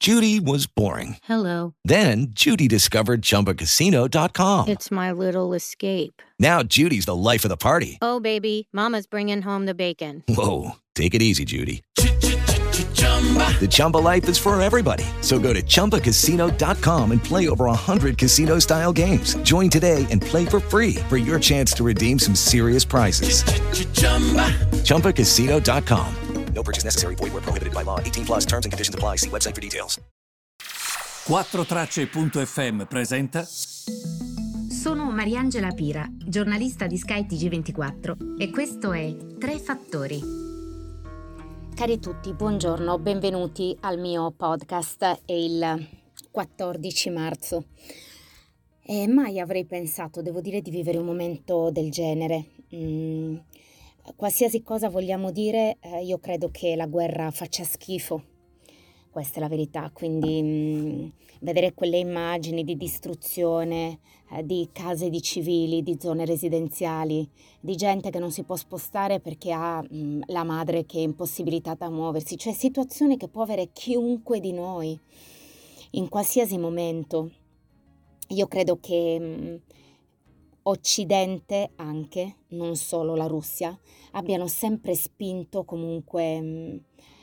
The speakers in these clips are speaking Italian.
Judy was boring. Hello. Then Judy discovered ChumbaCasino.com. It's my little escape. Now Judy's the life of the party. Oh, baby, mama's bringing home the bacon. Whoa, take it easy, Judy. The Chumba life is for everybody. So go to ChumbaCasino.com and play over 100 casino-style games. Join today and play for free for your chance to redeem some serious prizes. ChumbaCasino.com. No purchase necessary. Void where prohibited by law. 18 plus terms and conditions apply. See website for details. 4Tracce.fm presenta. Sono Mariangela Pira, giornalista di Sky TG24 e questo è Tre Fattori. Cari tutti, buongiorno, benvenuti al mio podcast. È il 14 marzo e mai avrei pensato, devo dire, di vivere un momento del genere. Qualsiasi cosa vogliamo dire, io credo che la guerra faccia schifo, questa è la verità, quindi vedere quelle immagini di distruzione di case di civili, di zone residenziali, di gente che non si può spostare perché ha la madre che è impossibilitata a muoversi, cioè situazioni che può avere chiunque di noi in qualsiasi momento. Io credo che Occidente anche, non solo la Russia, abbiano sempre spinto comunque,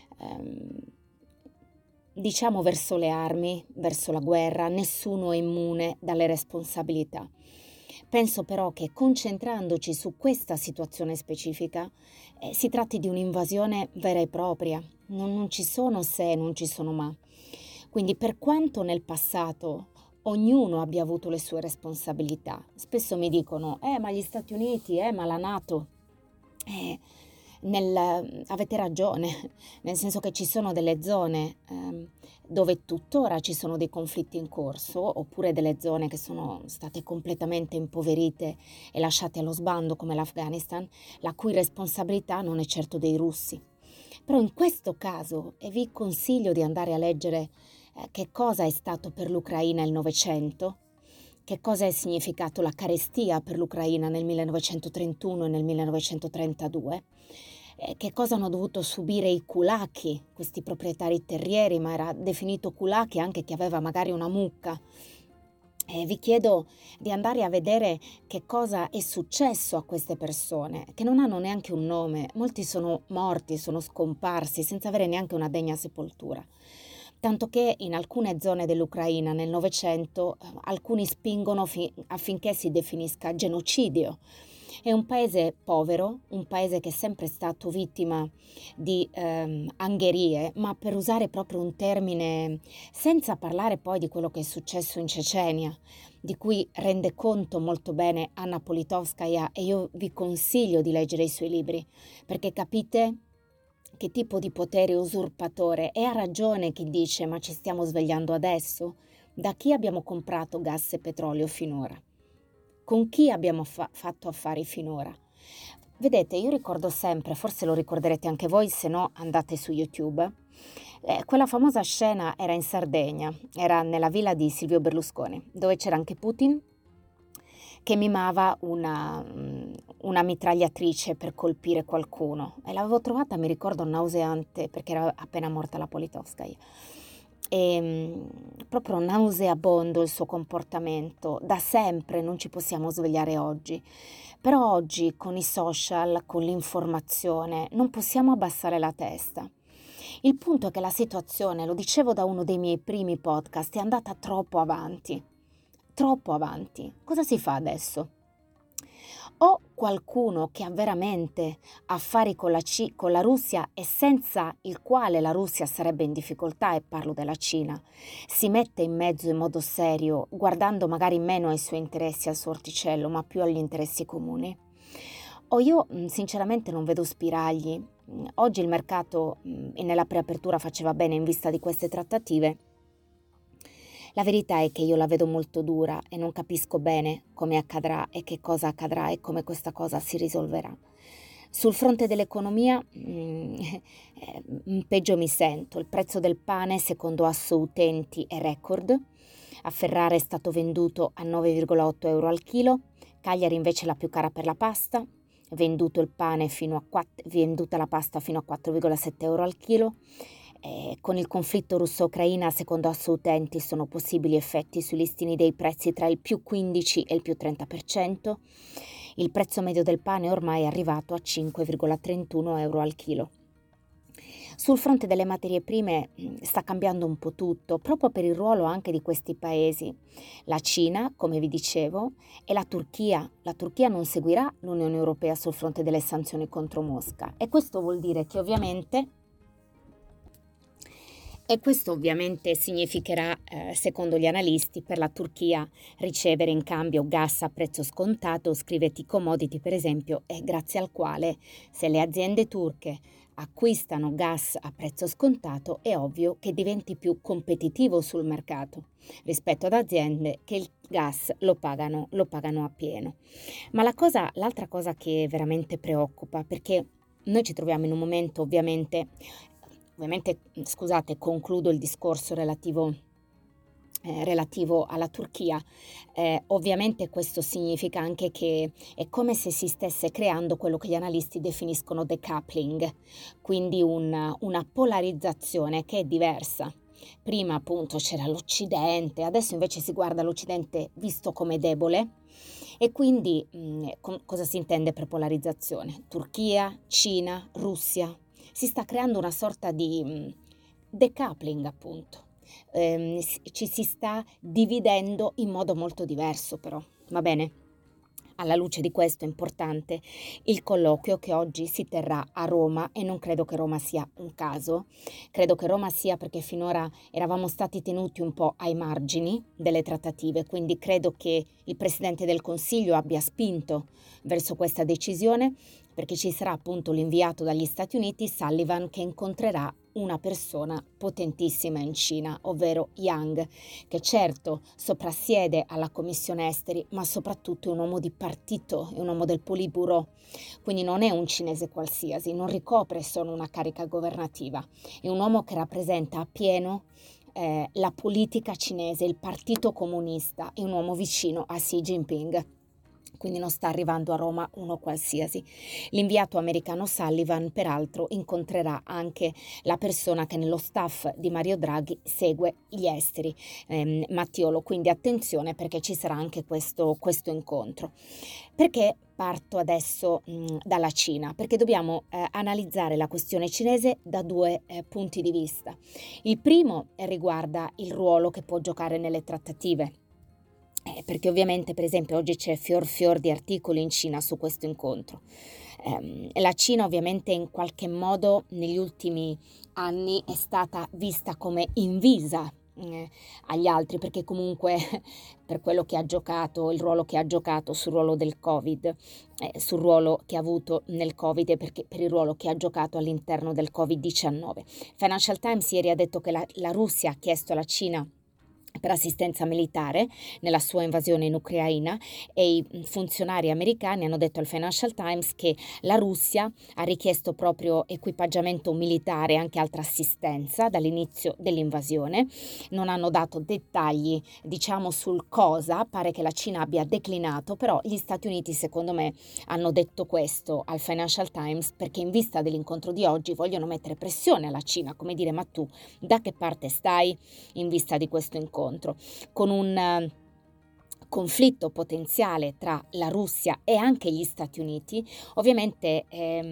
diciamo, verso le armi, verso la guerra. Nessuno è immune dalle responsabilità. Penso però che concentrandoci su questa situazione specifica si tratti di un'invasione vera e propria. Non ci sono se, non ci sono ma. Quindi per quanto nel passato ognuno abbia avuto le sue responsabilità. Spesso mi dicono, ma gli Stati Uniti, ma la NATO. Avete ragione, nel senso che ci sono delle zone dove tuttora ci sono dei conflitti in corso, oppure delle zone che sono state completamente impoverite e lasciate allo sbando, come l'Afghanistan, la cui responsabilità non è certo dei russi. Però in questo caso, e vi consiglio di andare a leggere che cosa è stato per l'Ucraina il Novecento, che cosa è significato la carestia per l'Ucraina nel 1931 e nel 1932, che cosa hanno dovuto subire i kulaki, questi proprietari terrieri, ma era definito kulaki anche chi aveva magari una mucca. Vi chiedo di andare a vedere che cosa è successo a queste persone, che non hanno neanche un nome. Molti sono morti, sono scomparsi senza avere neanche una degna sepoltura. Tanto che in alcune zone dell'Ucraina nel Novecento alcuni spingono affinché si definisca genocidio. È un paese povero, un paese che è sempre stato vittima di angherie, ma per usare proprio un termine, senza parlare poi di quello che è successo in Cecenia, di cui rende conto molto bene Anna Politkovskaja, e io vi consiglio di leggere i suoi libri, perché capite che tipo di potere usurpatore. E ha ragione chi dice, ma ci stiamo svegliando adesso? Da chi abbiamo comprato gas e petrolio finora? Con chi abbiamo fatto affari finora? Vedete, io ricordo sempre, forse lo ricorderete anche voi, se no andate su YouTube, quella famosa scena era in Sardegna, era nella villa di Silvio Berlusconi, dove c'era anche Putin che mimava una mitragliatrice per colpire qualcuno, e l'avevo trovata, mi ricordo, nauseante perché era appena morta la Politkovskaja. Proprio nauseabondo il suo comportamento. Da sempre non ci possiamo svegliare oggi, però oggi con i social, con l'informazione, non possiamo abbassare la testa. Il punto è che la situazione, lo dicevo da uno dei miei primi podcast, è andata troppo avanti. Troppo avanti. Cosa si fa adesso? O qualcuno che ha veramente affari con la Russia e senza il quale la Russia sarebbe in difficoltà, e parlo della Cina, si mette in mezzo in modo serio, guardando magari meno ai suoi interessi, al suo orticello, ma più agli interessi comuni. O io sinceramente non vedo spiragli. Oggi il mercato nella preapertura faceva bene in vista di queste trattative. La verità è che io la vedo molto dura e non capisco bene come accadrà e che cosa accadrà e come questa cosa si risolverà. Sul fronte dell'economia peggio mi sento. Il prezzo del pane secondo Assoutenti è record. A Ferrara è stato venduto a 9,8 euro al chilo, Cagliari invece la più cara per la pasta, venduta la pasta fino a 4,7 euro al chilo. Con il conflitto russo-ucraina, secondo Assoutenti, sono possibili effetti sui listini dei prezzi tra il più 15 e il più 30%. Il prezzo medio del pane è ormai arrivato a 5,31 euro al chilo. Sul fronte delle materie prime sta cambiando un po' tutto, proprio per il ruolo anche di questi paesi. La Cina, come vi dicevo, e la Turchia. La Turchia non seguirà l'Unione Europea sul fronte delle sanzioni contro Mosca e questo vuol dire che ovviamente significherà, secondo gli analisti, per la Turchia ricevere in cambio gas a prezzo scontato, scrive T-Commodity per esempio, e grazie al quale se le aziende turche acquistano gas a prezzo scontato è ovvio che diventi più competitivo sul mercato rispetto ad aziende che il gas lo pagano a pieno. Ma l'altra cosa che veramente preoccupa, perché noi ci troviamo in un momento ovviamente, scusate, concludo il discorso relativo alla Turchia. Ovviamente questo significa anche che è come se si stesse creando quello che gli analisti definiscono decoupling, quindi una polarizzazione che è diversa. Prima appunto c'era l'Occidente, adesso invece si guarda l'Occidente visto come debole e quindi cosa si intende per polarizzazione? Turchia, Cina, Russia. Si sta creando una sorta di decoupling appunto. Ci si sta dividendo in modo molto diverso però, va bene? Alla luce di questo è importante il colloquio che oggi si terrà a Roma e non credo che Roma sia un caso, credo che Roma sia perché finora eravamo stati tenuti un po' ai margini delle trattative, quindi credo che il Presidente del Consiglio abbia spinto verso questa decisione perché ci sarà appunto l'inviato dagli Stati Uniti, Sullivan, che incontrerà una persona potentissima in Cina, ovvero Yang, che certo soprassiede alla Commissione Esteri, ma soprattutto è un uomo di partito, è un uomo del Politburo, quindi non è un cinese qualsiasi, non ricopre solo una carica governativa, è un uomo che rappresenta appieno la politica cinese, il Partito Comunista, è un uomo vicino a Xi Jinping. Quindi non sta arrivando a Roma uno qualsiasi. L'inviato americano Sullivan, peraltro, incontrerà anche la persona che nello staff di Mario Draghi segue gli esteri, Mattiolo. Quindi attenzione perché ci sarà anche questo incontro. Perché parto adesso dalla Cina? Perché dobbiamo analizzare la questione cinese da due punti di vista. Il primo riguarda il ruolo che può giocare nelle trattative. Perché ovviamente per esempio oggi c'è fior di articoli in Cina su questo incontro. La Cina ovviamente in qualche modo negli ultimi anni è stata vista come invisa agli altri perché comunque per quello che ha giocato, il ruolo che ha giocato sul ruolo del Covid, sul ruolo che ha avuto nel Covid e perché, per il ruolo che ha giocato all'interno del Covid-19. Financial Times ieri ha detto che la Russia ha chiesto alla Cina per assistenza militare nella sua invasione in Ucraina e i funzionari americani hanno detto al Financial Times che la Russia ha richiesto proprio equipaggiamento militare e anche altra assistenza dall'inizio dell'invasione. Non hanno dato dettagli, diciamo, sul cosa, pare che la Cina abbia declinato, però gli Stati Uniti secondo me hanno detto questo al Financial Times perché in vista dell'incontro di oggi vogliono mettere pressione alla Cina, come dire ma tu da che parte stai in vista di questo incontro? Con un conflitto potenziale tra la Russia e anche gli Stati Uniti, ovviamente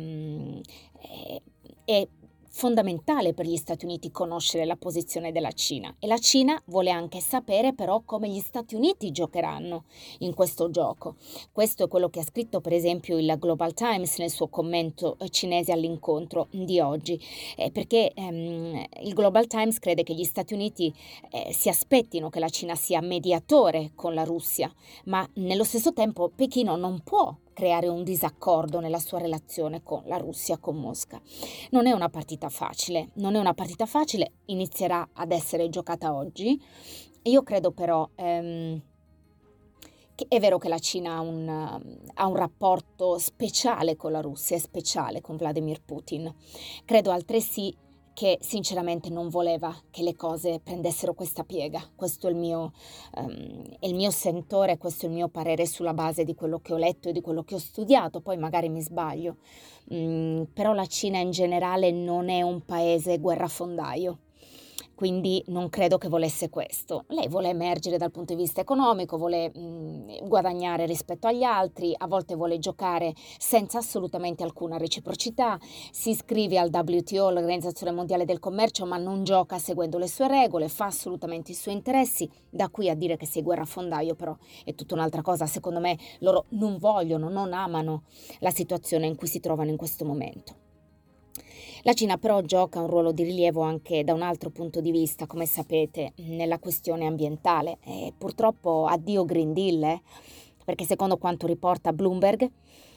è fondamentale per gli Stati Uniti conoscere la posizione della Cina e la Cina vuole anche sapere però come gli Stati Uniti giocheranno in questo gioco. Questo è quello che ha scritto per esempio il Global Times nel suo commento cinese all'incontro di oggi, perché il Global Times crede che gli Stati Uniti si aspettino che la Cina sia mediatore con la Russia, ma nello stesso tempo Pechino non può creare un disaccordo nella sua relazione con la Russia, con Mosca. Non è una partita facile, inizierà ad essere giocata oggi. Io credo però che è vero che la Cina ha un rapporto speciale con la Russia, è speciale con Vladimir Putin. Credo altresì che sinceramente non voleva che le cose prendessero questa piega. Questo è il mio sentore, questo è il mio parere sulla base di quello che ho letto e di quello che ho studiato, poi magari mi sbaglio. Però la Cina in generale non è un paese guerrafondaio, quindi non credo che volesse questo. Lei vuole emergere dal punto di vista economico, vuole guadagnare rispetto agli altri, a volte vuole giocare senza assolutamente alcuna reciprocità, si iscrive al WTO, l'Organizzazione Mondiale del Commercio, ma non gioca seguendo le sue regole, fa assolutamente i suoi interessi. Da qui a dire che sei guerrafondaio però è tutta un'altra cosa. Secondo me loro non vogliono, non amano la situazione in cui si trovano in questo momento. La Cina però gioca un ruolo di rilievo anche da un altro punto di vista, come sapete, nella questione ambientale. E purtroppo addio Green Deal, perché secondo quanto riporta Bloomberg,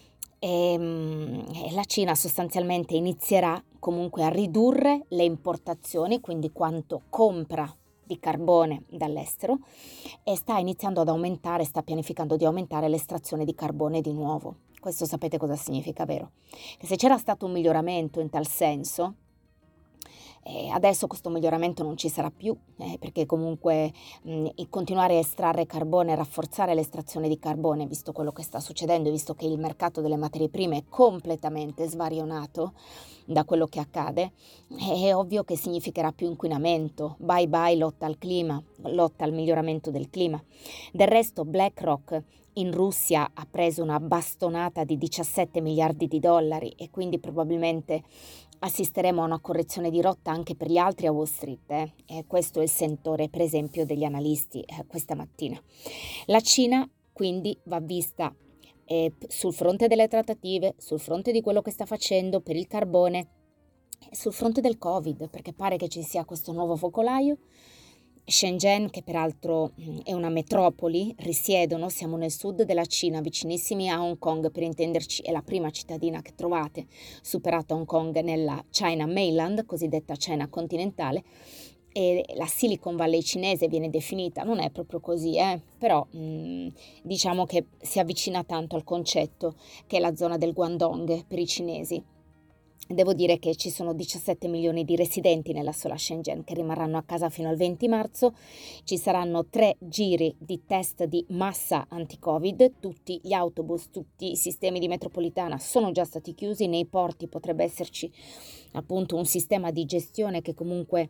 la Cina sostanzialmente inizierà comunque a ridurre le importazioni, quindi quanto compra di carbone dall'estero, e sta iniziando ad aumentare, sta pianificando di aumentare l'estrazione di carbone di nuovo. Questo sapete cosa significa, vero? Che se c'era stato un miglioramento in tal senso, adesso questo miglioramento non ci sarà più, perché comunque continuare a estrarre carbone e rafforzare l'estrazione di carbone, visto quello che sta succedendo, visto che il mercato delle materie prime è completamente svarionato da quello che accade, è ovvio che significherà più inquinamento. Bye bye lotta al clima, lotta al miglioramento del clima. Del resto BlackRock in Russia ha preso una bastonata di 17 miliardi di dollari e quindi probabilmente assisteremo a una correzione di rotta anche per gli altri a Wall Street. Questo è il sentore, per esempio, degli analisti questa mattina. La Cina quindi va vista sul fronte delle trattative, sul fronte di quello che sta facendo per il carbone, sul fronte del Covid, perché pare che ci sia questo nuovo focolaio. Shenzhen, che peraltro è una metropoli, risiedono, siamo nel sud della Cina, vicinissimi a Hong Kong, per intenderci, è la prima cittadina che trovate, superata Hong Kong nella China Mainland, cosiddetta Cina continentale, e la Silicon Valley cinese viene definita, non è proprio così, però diciamo che si avvicina tanto al concetto che è la zona del Guangdong per i cinesi. Devo dire che ci sono 17 milioni di residenti nella sola Shenzhen che rimarranno a casa fino al 20 marzo. Ci saranno 3 giri di test di massa anti-Covid. Tutti gli autobus, tutti i sistemi di metropolitana sono già stati chiusi. Nei porti potrebbe esserci appunto un sistema di gestione che comunque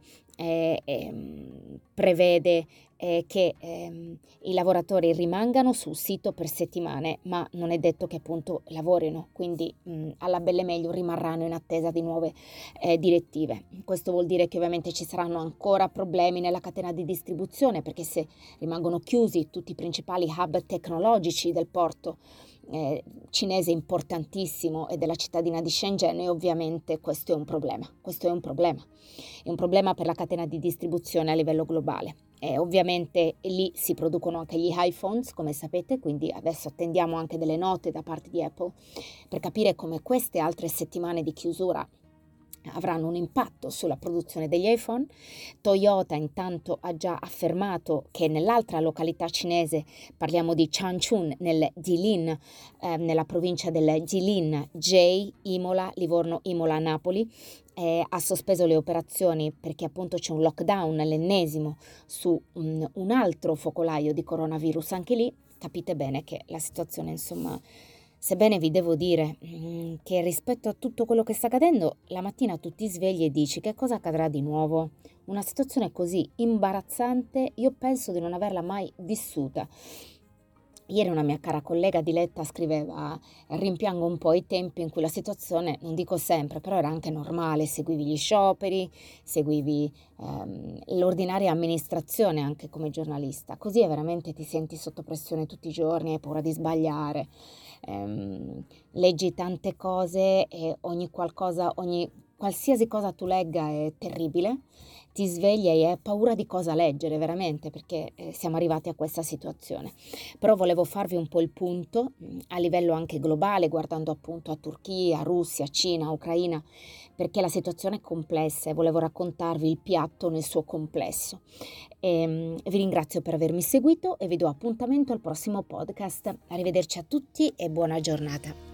prevede che i lavoratori rimangano sul sito per settimane, ma non è detto che appunto lavorino, quindi alla belle meglio rimarranno in attesa di nuove direttive. Questo vuol dire che ovviamente ci saranno ancora problemi nella catena di distribuzione, perché se rimangono chiusi tutti i principali hub tecnologici del porto cinese importantissimo e della cittadina di Shenzhen, e ovviamente questo è un problema. È un problema per la catena di distribuzione a livello globale. Ovviamente lì si producono anche gli iPhones, come sapete, quindi adesso attendiamo anche delle note da parte di Apple per capire come queste altre settimane di chiusura avranno un impatto sulla produzione degli iPhone. Toyota intanto ha già affermato che nell'altra località cinese, parliamo di Changchun, nel Jilin, nella provincia del Jilin, Imola, Livorno, Imola, Napoli, ha sospeso le operazioni perché appunto c'è un lockdown, l'ennesimo, su un altro focolaio di coronavirus. Anche lì capite bene che la situazione, insomma, sebbene vi devo dire che rispetto a tutto quello che sta accadendo, la mattina tu ti svegli e dici che cosa accadrà di nuovo. Una situazione così imbarazzante, io penso di non averla mai vissuta. Ieri una mia cara collega Diletta scriveva: rimpiango un po' i tempi in cui la situazione, non dico sempre, però era anche normale, seguivi gli scioperi, seguivi l'ordinaria amministrazione anche come giornalista, così veramente ti senti sotto pressione tutti i giorni, hai paura di sbagliare, leggi tante cose e qualsiasi cosa tu legga è terribile. Ti svegli e hai paura di cosa leggere veramente, perché siamo arrivati a questa situazione. Però volevo farvi un po' il punto a livello anche globale, guardando appunto a Turchia, Russia, Cina, Ucraina, perché la situazione è complessa e volevo raccontarvi il piatto nel suo complesso. Vi ringrazio per avermi seguito e vi do appuntamento al prossimo podcast. Arrivederci a tutti e buona giornata.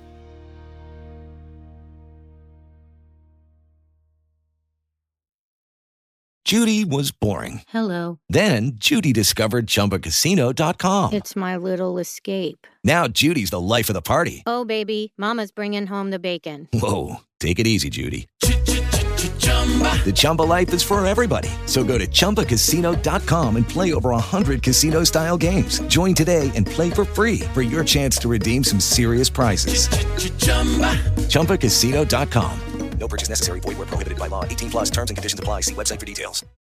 Judy was boring. Hello. Then Judy discovered ChumbaCasino.com. It's my little escape. Now Judy's the life of the party. Oh, baby, mama's bringing home the bacon. Whoa, take it easy, Judy. The Chumba life is for everybody. So go to ChumbaCasino.com and play over 100 casino-style games. Join today and play for free for your chance to redeem some serious prizes. ChumbaCasino.com. No purchase necessary. Void where prohibited by law. 18 plus terms and conditions apply. See website for details.